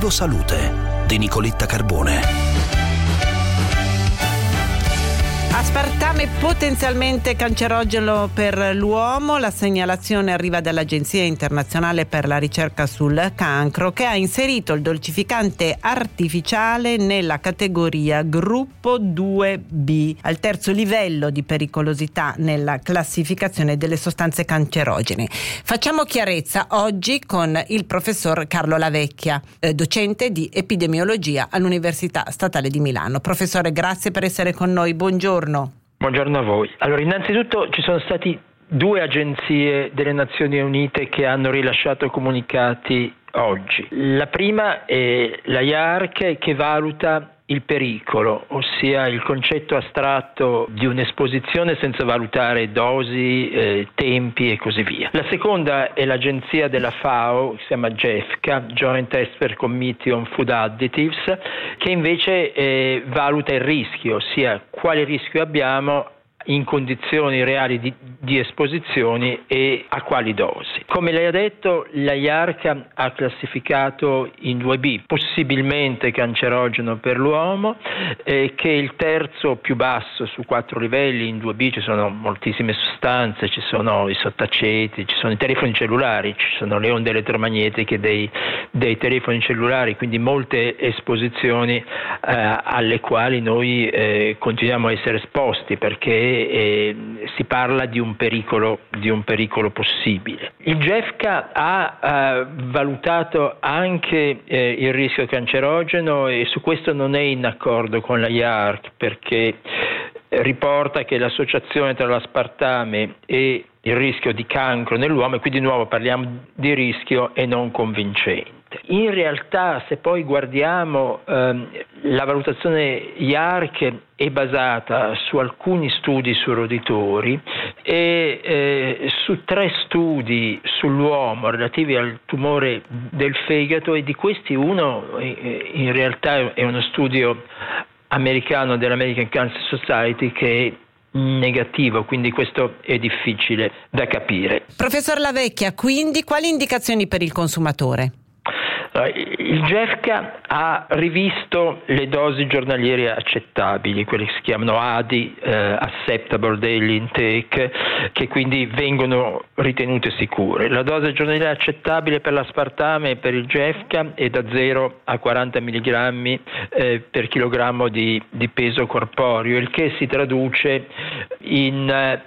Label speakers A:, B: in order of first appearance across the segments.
A: Obiettivo Salute di Nicoletta Carbone.
B: Aspartame potenzialmente cancerogeno per l'uomo. La segnalazione arriva dall'Agenzia Internazionale per la Ricerca sul Cancro, che ha inserito il dolcificante artificiale nella categoria gruppo 2B, al terzo livello di pericolosità nella classificazione delle sostanze cancerogene. Facciamo chiarezza oggi con il professor Carlo Lavecchia, docente di epidemiologia all'Università Statale di Milano. Professore, grazie per essere con noi. Buongiorno.
C: Buongiorno a voi. Allora, innanzitutto ci sono stati 2 agenzie delle Nazioni Unite che hanno rilasciato comunicati oggi. La prima è la IARC, che valuta il pericolo, ossia il concetto astratto di un'esposizione senza valutare dosi, tempi e così via. La seconda è l'agenzia della FAO, che si chiama JEFCA, Joint Expert Committee on Food Additives, che invece valuta il rischio, ossia quale rischio abbiamo in condizioni reali di esposizioni e a quali dosi. Come lei ha detto, la IARC ha classificato in 2B, possibilmente cancerogeno per l'uomo, che è il terzo più basso su 4 livelli. In 2B ci sono moltissime sostanze, ci sono i sottaceti, ci sono i telefoni cellulari, ci sono le onde elettromagnetiche dei telefoni cellulari, quindi molte esposizioni alle quali noi continuiamo a essere esposti, perché si parla di un pericolo possibile. Il JEFCA ha valutato anche il rischio cancerogeno, e su questo non è in accordo con la IARC, perché riporta che l'associazione tra l'aspartame e il rischio di cancro nell'uomo, e quindi di nuovo parliamo di rischio, è non convincente. In realtà, se poi guardiamo la valutazione IARC è basata su alcuni studi su roditori e su 3 studi sull'uomo relativi al tumore del fegato, e di questi uno in realtà è uno studio americano dell'American Cancer Society che è negativo, quindi questo è difficile da capire.
B: Professor Lavecchia, quindi quali indicazioni per il consumatore?
C: Il JEFCA ha rivisto le dosi giornaliere accettabili, quelle che si chiamano ADI, Acceptable Daily Intake, che quindi vengono ritenute sicure. La dose giornaliera accettabile per l'aspartame e per il JEFCA è da 0 a 40 mg per chilogrammo di peso corporeo, il che si traduce in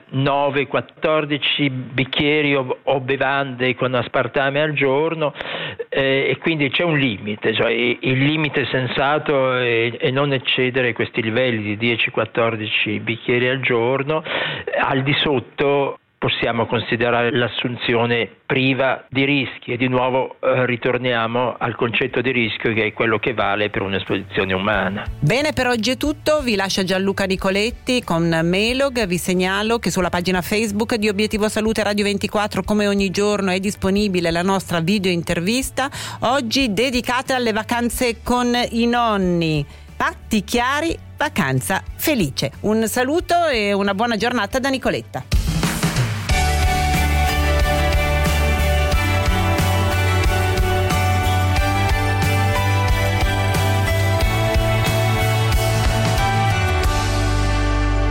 C: 9-14 bicchieri o bevande con aspartame al giorno, e quindi c'è un limite, cioè il limite sensato è non eccedere questi livelli di 10-14 bicchieri al giorno. Al di sotto possiamo considerare l'assunzione priva di rischi, e di nuovo ritorniamo al concetto di rischio, che è quello che vale per un'esposizione umana.
B: Bene, per oggi è tutto. Vi lascia Gianluca Nicoletti con Melog. Vi segnalo che sulla pagina Facebook di Obiettivo Salute Radio 24, come ogni giorno, è disponibile la nostra video intervista, oggi dedicata alle vacanze con i nonni. Patti chiari, vacanza felice. Un saluto e una buona giornata da Nicoletta.